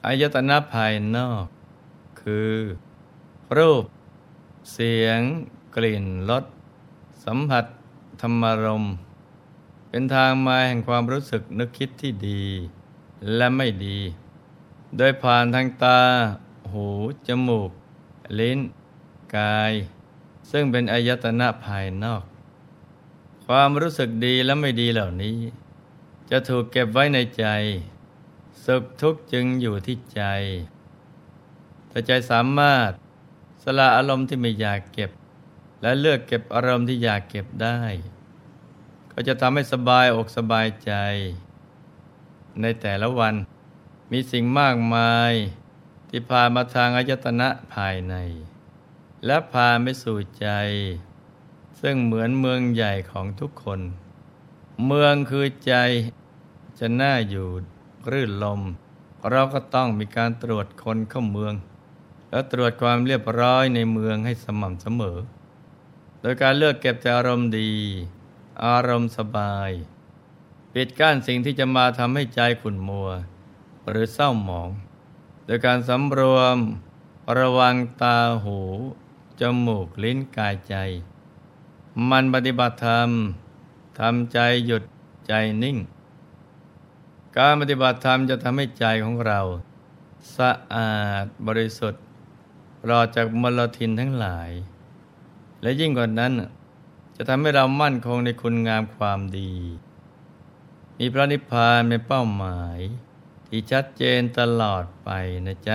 อายตนะภายนอกคือรูปเสียงกลิ่นรสสัมผัสธรรมารมณ์เป็นทางมาแห่งความรู้สึกนึกคิดที่ดีและไม่ดี โดยผ่านทางตา หู จมูก ลิ้น กาย ซึ่งเป็นอายตนะภายนอก ความรู้สึกดีและไม่ดีเหล่านี้ จะถูกเก็บไว้ในใจสุขทุกข์จึงอยู่ที่ใจถ้าใจสามารถสละอารมณ์ที่ไม่อยากเก็บและเลือกเก็บอารมณ์ที่อยากเก็บได้ก็จะทำให้สบายอกสบายใจในแต่ละวันมีสิ่งมากมายที่พามาทางอายตนะภายในและพาไปสู่ใจซึ่งเหมือนเมืองใหญ่ของทุกคนเมืองคือใจจะน่าอยู่รื่นลมเราก็ต้องมีการตรวจคนเข้าเมืองและตรวจความเรียบร้อยในเมืองให้สม่ำเสมอโดยการเลือกเก็บแต่อารมณ์ดีอารมณ์สบายปิดกั้นสิ่งที่จะมาทำให้ใจขุ่นมัวหรือเศร้าหมองโดยการสำรวมระวังตาหูจมูกลิ้นกายใจมันปฏิบัติธรรมทำใจหยุดใจนิ่งการปฏิบัติธรรมจะทำให้ใจของเราสะอาดบริสุทธิ์ปลอดจากมลทินทั้งหลายและยิ่งกว่านั้นจะทำให้เรามั่นคงในคุณงามความดีมีพระนิพพานเป็นเป้าหมายที่ชัดเจนตลอดไปนะจ๊ะ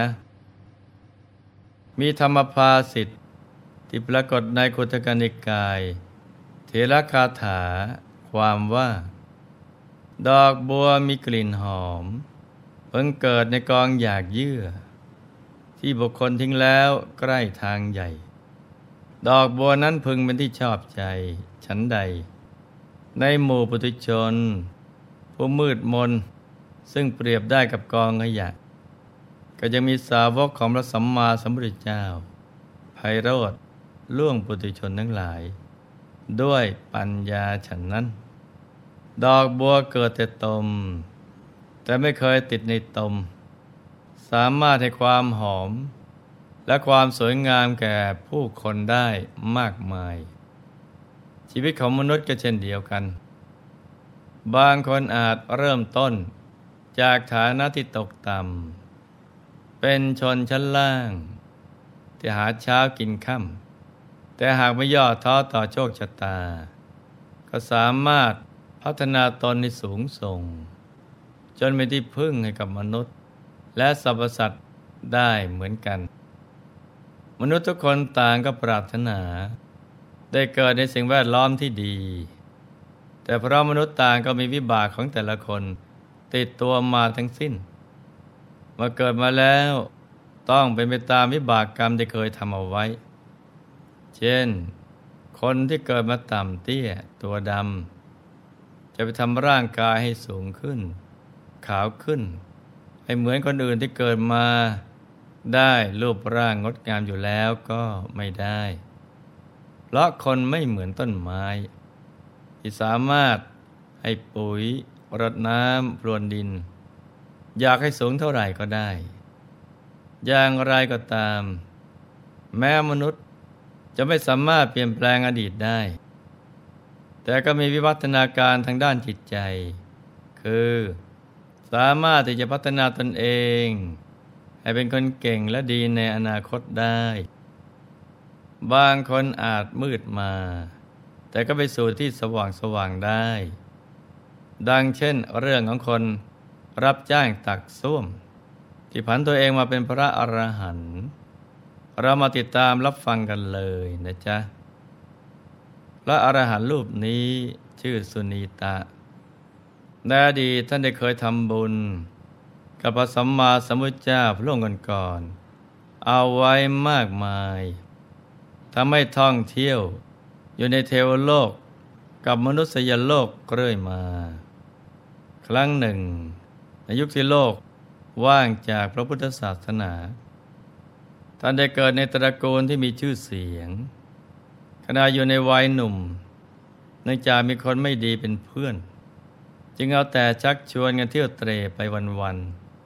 มีธรรมภาษิตที่ปรากฏในคุตกนิกายเถรคาถาความว่าดอกบัวมีกลิ่นหอมเพิ่งเกิดในกองหยากเยื่อที่บุคคลทิ้งแล้วใกล้ทางใหญ่ดอกบัวนั้นพึงเป็นที่ชอบใจฉันใดในหมู่ปุถุชนผู้มืดมนซึ่งเปรียบได้กับกองขยะก็จะมีสาวกของพระสัมมาสัมพุทธเจ้าไพโรจน์ล่วงปุถุชนทั้งหลายด้วยปัญญาฉันนั้นดอกบัวเกิดแต่ตมแต่ไม่เคยติดในตมสามารถให้ความหอมและความสวยงามแก่ผู้คนได้มากมายชีวิตของมนุษย์ก็เช่นเดียวกันบางคนอาจเริ่มต้นจากฐานะที่ตกต่ำเป็นชนชั้นล่างที่หาเช้ากินค่ำแต่หากไม่ย่อท้อต่อโชคชะตาก็สามารถพัฒนาตนให้สูงส่งจนเป็นที่พึ่งให้กับมนุษย์และสรรพสัตว์ได้เหมือนกันมนุษย์ทุกคนต่างก็ปรารถนาได้เกิดในสิ่งแวดล้อมที่ดีแต่เพราะมนุษย์ต่างก็มีวิบากของแต่ละคนติดตัวมาทั้งสิ้นเมื่อเกิดมาแล้วต้องเป็นไปตามวิบากกรรมที่เคยทำเอาไว้เช่นคนที่เกิดมาต่ำเตี้ยตัวดำจะไปทำร่างกายให้สูงขึ้นขาวขึ้นให้เหมือนคนอื่นที่เกิดมาได้รูปร่างงดงามอยู่แล้วก็ไม่ได้เพราะคนไม่เหมือนต้นไม้ที่สามารถให้ปุ๋ยรดน้ำพรวนดินอยากให้สูงเท่าไหร่ก็ได้อย่างไรก็ตามแม้มนุษย์จะไม่สามารถเปลี่ยนแปลงอดีตได้แต่ก็มีวิวัฒนาการทางด้านจิตใจคือสามารถที่จะพัฒนาตนเองให้เป็นคนเก่งและดีในอนาคตได้บางคนอาจมืดมาแต่ก็ไปสู่ที่สว่างได้ดังเช่นเรื่องของคนรับจ้างตักส้วมที่ผันตัวเองมาเป็นพระอรหันต์เรามาติดตามรับฟังกันเลยนะจ๊ะพระอรหันต์รูปนี้ชื่อสุนีตะในอดีตท่านได้เคยทำบุญกับพระสัมมาสัมพุทธเจ้าพระองค์ก่อนๆเอาไว้มากมายทำให้ท่องเที่ยวอยู่ในเทวโลกกับมนุษยโลกเรื่อยมาครั้งหนึ่งในยุคที่โลกว่างจากพระพุทธศาสนาท่านได้เกิดในตระกูลที่มีชื่อเสียงขณะอยู่ในวัยหนุ่มเนื่องจากมีคนไม่ดีเป็นเพื่อนจึงเอาแต่ชักชวนกันเที่ยวเตร่ไปวันๆ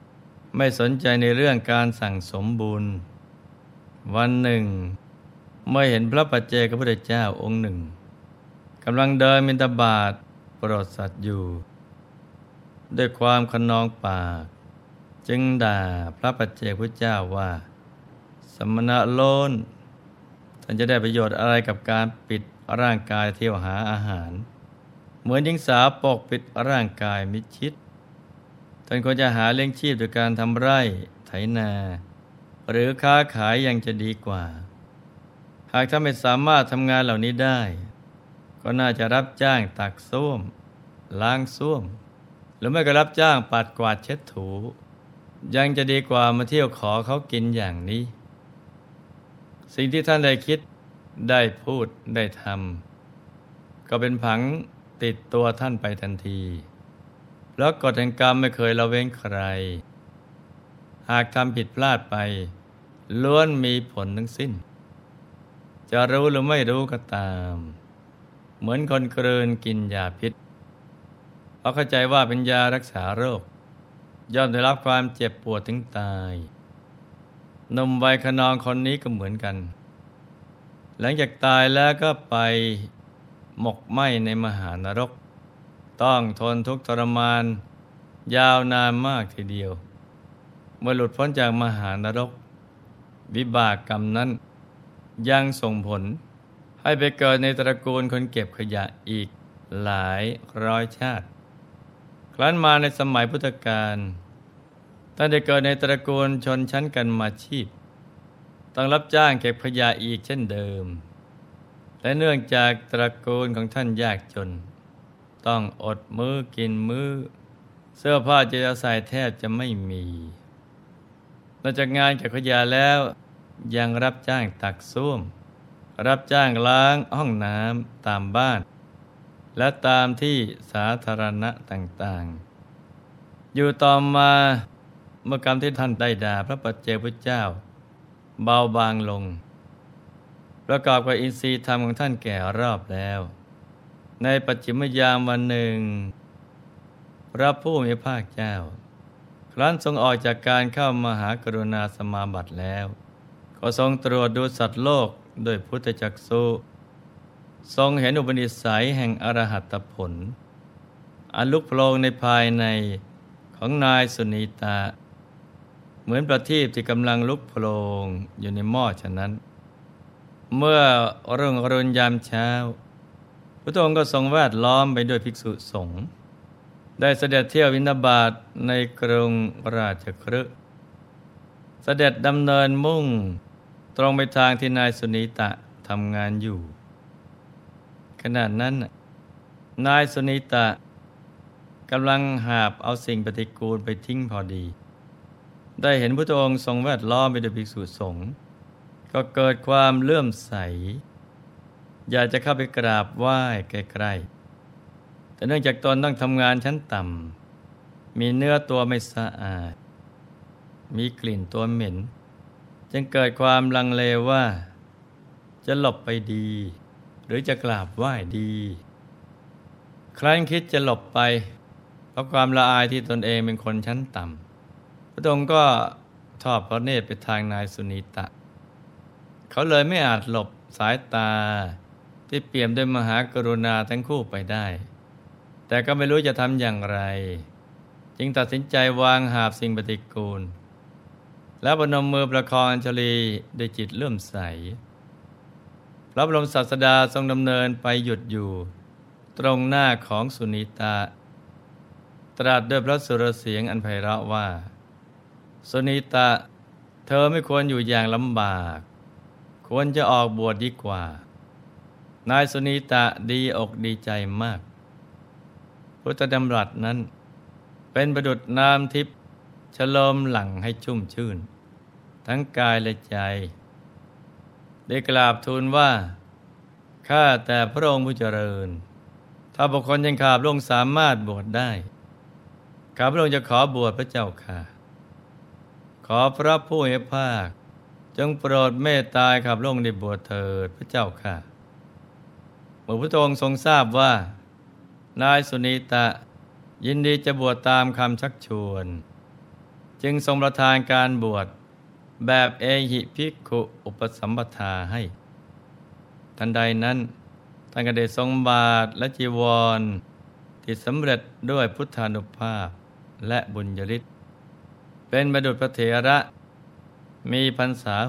ไม่สนใจในเรื่องการสั่งสมบุญวันหนึ่งเมื่อเห็นพระปัจเจกพุทธเจ้าองค์หนึ่งกำลังเดินบิณฑบาตโปรดสัตว์อยู่ด้วยความขนองปากจึงด่าพระปัจเจกพุทธเจ้าว่าสมณะโลนท่านจะได้ประโยชน์อะไรกับการปิดร่างกายเที่ยวหาอาหารเหมือนหญิงสาวปกปิดร่างกายมิดชิดท่านควรจะหาเลี้ยงชีพโดยการทำไร่ไถนาหรือค้าขายยังจะดีกว่าหากท่านไม่สามารถทำงานเหล่านี้ได้ก็น่าจะรับจ้างตักส้วมล้างส้วมหรือไม่ก็รับจ้างปัดกวาดเช็ดถูยังจะดีกว่ามาเที่ยวขอเขากินอย่างนี้สิ่งที่ท่านได้คิดได้พูดได้ทำก็เป็นผังติดตัวท่านไปทันทีเพราะกฎแห่งกรรมไม่เคยละเว้นใครหากทำผิดพลาดไปล้วนมีผลทั้งสิ้นจะรู้หรือไม่รู้ก็ตามเหมือนคนกลืนกินยาพิษเพราะเข้าใจว่าเป็นยารักษาโรคย่อมได้รับความเจ็บปวดถึงตายหนุ่มวัยคะนองคนนี้ก็เหมือนกันหลังจากตายแล้วก็ไปหมกไหม้ในมหานรกต้องทนทุกข์ทรมานยาวนานมากทีเดียวเมื่อหลุดพ้นจากมหานรกวิบากกรรมนั้นยังส่งผลให้ไปเกิดในตระกูลคนเก็บขยะอีกหลายร้อยชาติครั้นมาในสมัยพุทธกาลท่านได้เกิดในตระกูลชนชั้นกรรมาชีพต้องรับจ้างเก็บขยะอีกเช่นเดิมและเนื่องจากตระกูลของท่านยากจนต้องอดมื้อกินมื้อเสื้อผ้าจะใส่แทบจะไม่มีนอกจากงานเก็บขยะแล้วยังรับจ้างตักส้วมรับจ้างล้างห้องน้ำตามบ้านและตามที่สาธารณะต่างๆอยู่ต่อมาเมื่อกรรมที่ท่านได้ด่าพระปัจเจกพุทธเจ้าเบาบางลงประกอบกับอินทรีย์ธรรมของท่านแก่รอบแล้วในปัจฉิมยามวันหนึ่งพระผู้มีพระเจ้าครั้นทรงออกจากการเข้ามหากรุณาสมาบัติแล้วก็ทรงตรวจดูสัตว์โลกด้วยพุทธจักษุทรงเห็นอุปนิสัยแห่งอรหัตผลอันลุกโผล่ในภายในของนายสุนีตาเหมือนประทีปที่กำลังลุกโผล่อยู่ในหม้อฉะนั้นเมื่อรุ่งอรุณยามเช้าพระองค์ก็ทรงแวดล้อมไปด้วยภิกษุสงฆ์ได้เสด็จเที่ยวบิณฑบาตในกรุงราชคฤห์เสด็จดำเนินมุ่งตรงไปทางที่นายสุนีตะทำงานอยู่ขณะนั้นนายสุนีตะกำลังหาบเอาสิ่งปฏิกูลไปทิ้งพอดีได้เห็นพระองค์ทรงแวดล้อมไปด้วยภิกษุสงฆ์ก็เกิดความเลื่อมใสอยากจะเข้าไปกราบไหว้ใกล้ๆแต่เนื่องจากตนต้องทำงานชั้นต่ำมีเนื้อตัวไม่สะอาดมีกลิ่นตัวเหม็นจึงเกิดความลังเลว่าจะหลบไปดีหรือจะกราบไหว้ดีครั้นคิดจะหลบไปเพราะความละอายที่ตนเองเป็นคนชั้นต่ำพระองค์ก็ทอดพระเนตรไปทางนายสุนีตะเขาเลยไม่อาจหลบสายตาที่เปี่ยมด้วยมหากรุณาทั้งคู่ไปได้แต่ก็ไม่รู้จะทำอย่างไรจึงตัดสินใจวางหาบสิ่งปฏิกูลแล้วประนมมือประคองอัญชลีด้วยจิตเลื่อมใสพระบรมศาสดาทรงดำเนินไปหยุดอยู่ตรงหน้าของสุนีตาตรัสด้วยพระสุรเสียงอันไพเราะว่าสุนีตาเธอไม่ควรอยู่อย่างลำบากควรจะออกบวชดีกว่านายสุนีตะดีอกดีใจมากพุทธดำรัสนั้นเป็นประดุจน้ำทิพย์ฉโลมหลั่งให้ชุ่มชื่นทั้งกายและใจได้กราบทูลว่าข้าแต่พระองค์ผู้เจริญถ้าบุคคลยังขาดพระองค์สามารถบวชได้ข้าพระองค์จะขอบวชพระเจ้าค่ะขอพระผู้มีพระภาคจงโปรดเมตตาข้าพระองค์ได้บวชเถิดพระเจ้าค่ะเมื่อพระองค์ทรงทราบว่านายสุนีตะยินดีจะบวชตามคำชักชวนจึงทรงประทานการบวชแบบเอหิภิกขุอุปสัมปทาให้ทันใดนั้นท่านก็ได้ทรงบาตรและจีวรที่สำเร็จด้วยพุทธานุภาพและบุญญาฤทธิ์เป็นบรรดุพระเถระมีพรรษา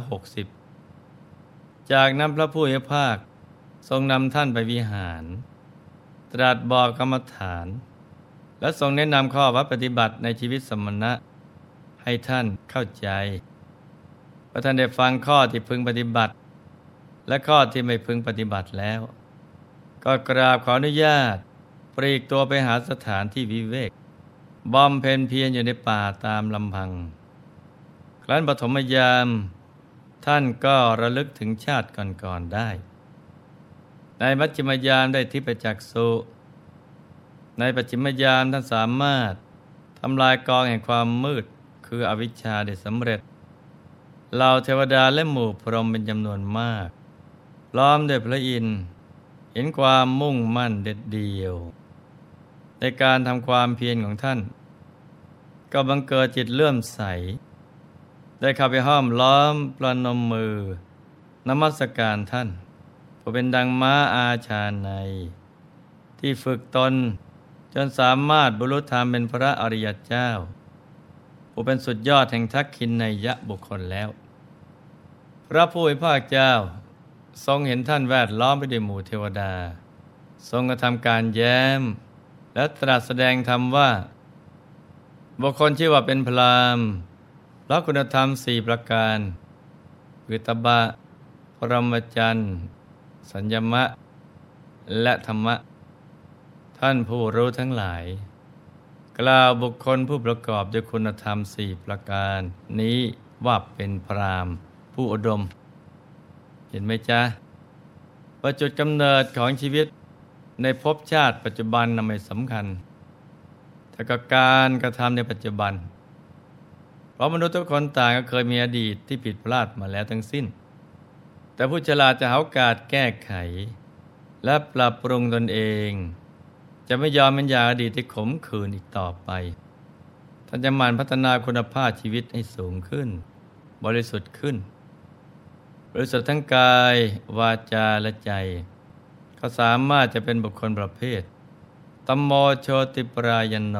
60จากนั้นพระผู้มีพระภาคทรงนำท่านไปวิหารตรัสบอกกรรมฐานและทรงแนะนำข้อวัดปฏิบัติในชีวิตสมณะให้ท่านเข้าใจพอท่านได้ฟังข้อที่พึงปฏิบัติและข้อที่ไม่พึงปฏิบัติแล้วก็กราบขออนุญาตปลีกตัวไปหาสถานที่วิเวกบำเพ็ญเพียรอยู่ในป่าตามลำพังครั้นปฐมยามท่านก็ระลึกถึงชาติก่อนๆได้ในมัชฌิมยามได้ทิพจักษุในปัจฉิมยามท่านสามารถทำลายกองแห่งความมืดคืออวิชชาได้สำเร็จเหล่าเทวดาและหมู่พรหมเป็นจำนวนมากล้อมด้วยพระอินทร์เห็นความมุ่งมั่นเด็ดเดี่ยวในการทำความเพียรของท่านก็บังเกิดจิตเลื่อมใสได้เข้าไปห้อมล้อมประนมมือนมัสการท่านผู้เป็นดังม้าอาชาไนที่ฝึกตนจนสามารถบรรลุธรรมเป็นพระอริยเจ้าผู้เป็นสุดยอดแห่งทักขิณนัยยะบุคคลแล้วพระผู้มีพระภาคเจ้าทรงเห็นท่านแวดล้อมไปด้วยหมู่เทวดาทรงกระทำการแย้มและตรัสแสดงธรรมว่าบุคคลชื่อว่าเป็นพราหมณ์เพราะคุณธรรม4ประการคือตบะพรหมจรรย์สัญญมะและธรรมะท่านผู้รู้ทั้งหลายกล่าวบุคคลผู้ประกอบด้วยคุณธรรม4ประการนี้ว่าเป็นพราหมณ์ผู้อุดมเห็นไหมจ๊ะว่าจุดกำเนิดของชีวิตในภพชาติปัจจุบันน่ะไม่สำคัญแต่ก็การกระทำในปัจจุบันเพราะมนุษย์ทุกคนต่างก็เคยมีอดีตที่ผิดพลาดมาแล้วทั้งสิ้นแต่ผู้ฉลาดจะหาโอกาสแก้ไขและปรับปรุงตนเองจะไม่ยอมเป็นอย่างอดีตที่ขมขื่นอีกต่อไปท่านจะหมั่นพัฒนาคุณภาพชีวิตให้สูงขึ้นบริสุทธิ์ขึ้นบริสุทธิ์ทั้งกายวาจาและใจก็สามารถจะเป็นบุคคลประเภทตัมโมโชติปรายโน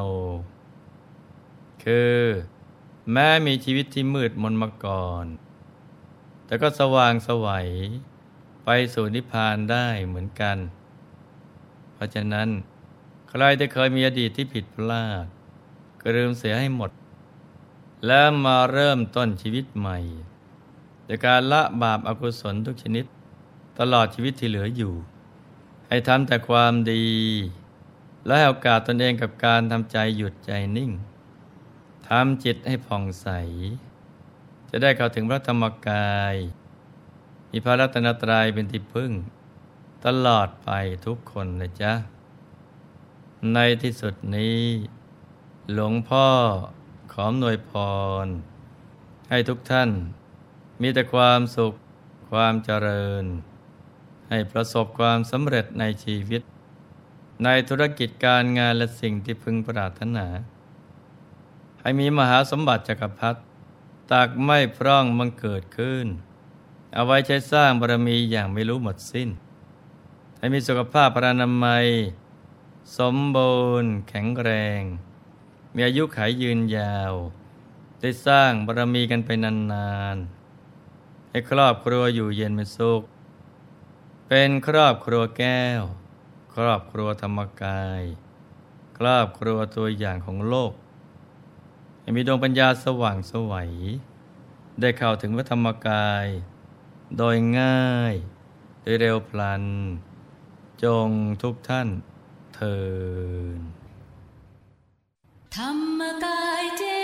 คือแม้มีชีวิตที่มืดมนมาก่อนแต่ก็สว่างไสวไปสู่นิพพานได้เหมือนกันเพราะฉะนั้นใครที่เคยมีอดีตที่ผิดพลาดก็ลืมเสียให้หมดแล้วมาเริ่มต้นชีวิตใหม่โดยการละบาปอกุศลทุกชนิดตลอดชีวิตที่เหลืออยู่ให้ทำแต่ความดีและให้โอกาสตนเองกับการทำใจหยุดใจนิ่งทำจิตให้ผ่องใสจะได้เข้าถึงพระธรรมกายมีพระรัตนตรัยเป็นที่พึ่งตลอดไปทุกคนนะจ๊ะในที่สุดนี้หลวงพ่อขออำนวยพรให้ทุกท่านมีแต่ความสุขความเจริญให้ประสบความสำเร็จในชีวิตในธุรกิจการงานและสิ่งที่พึงปรารถนาให้มีมหาสมบัติจักรพรรดิตักไม่พร่องบังเกิดขึ้นเอาไว้ใช้สร้างบารมีอย่างไม่รู้หมดสิ้นให้มีสุขภาพพรรณนามัยสมบูรณ์แข็งแรงมีอายุขัยยืนยาวได้สร้างบารมีกันไปนานๆให้ครอบครัวอยู่เย็นเป็นสุขเป็นครอบครัวแก้วครอบครัวธรรมกายครอบครัวตัวอย่างของโลกให้มีดวงปัญญาสว่างไสวได้เข้าถึงพระธรรมกายโดยง่ายโดยเร็วพลันจงทุกท่านเทอญธรรมกายเจ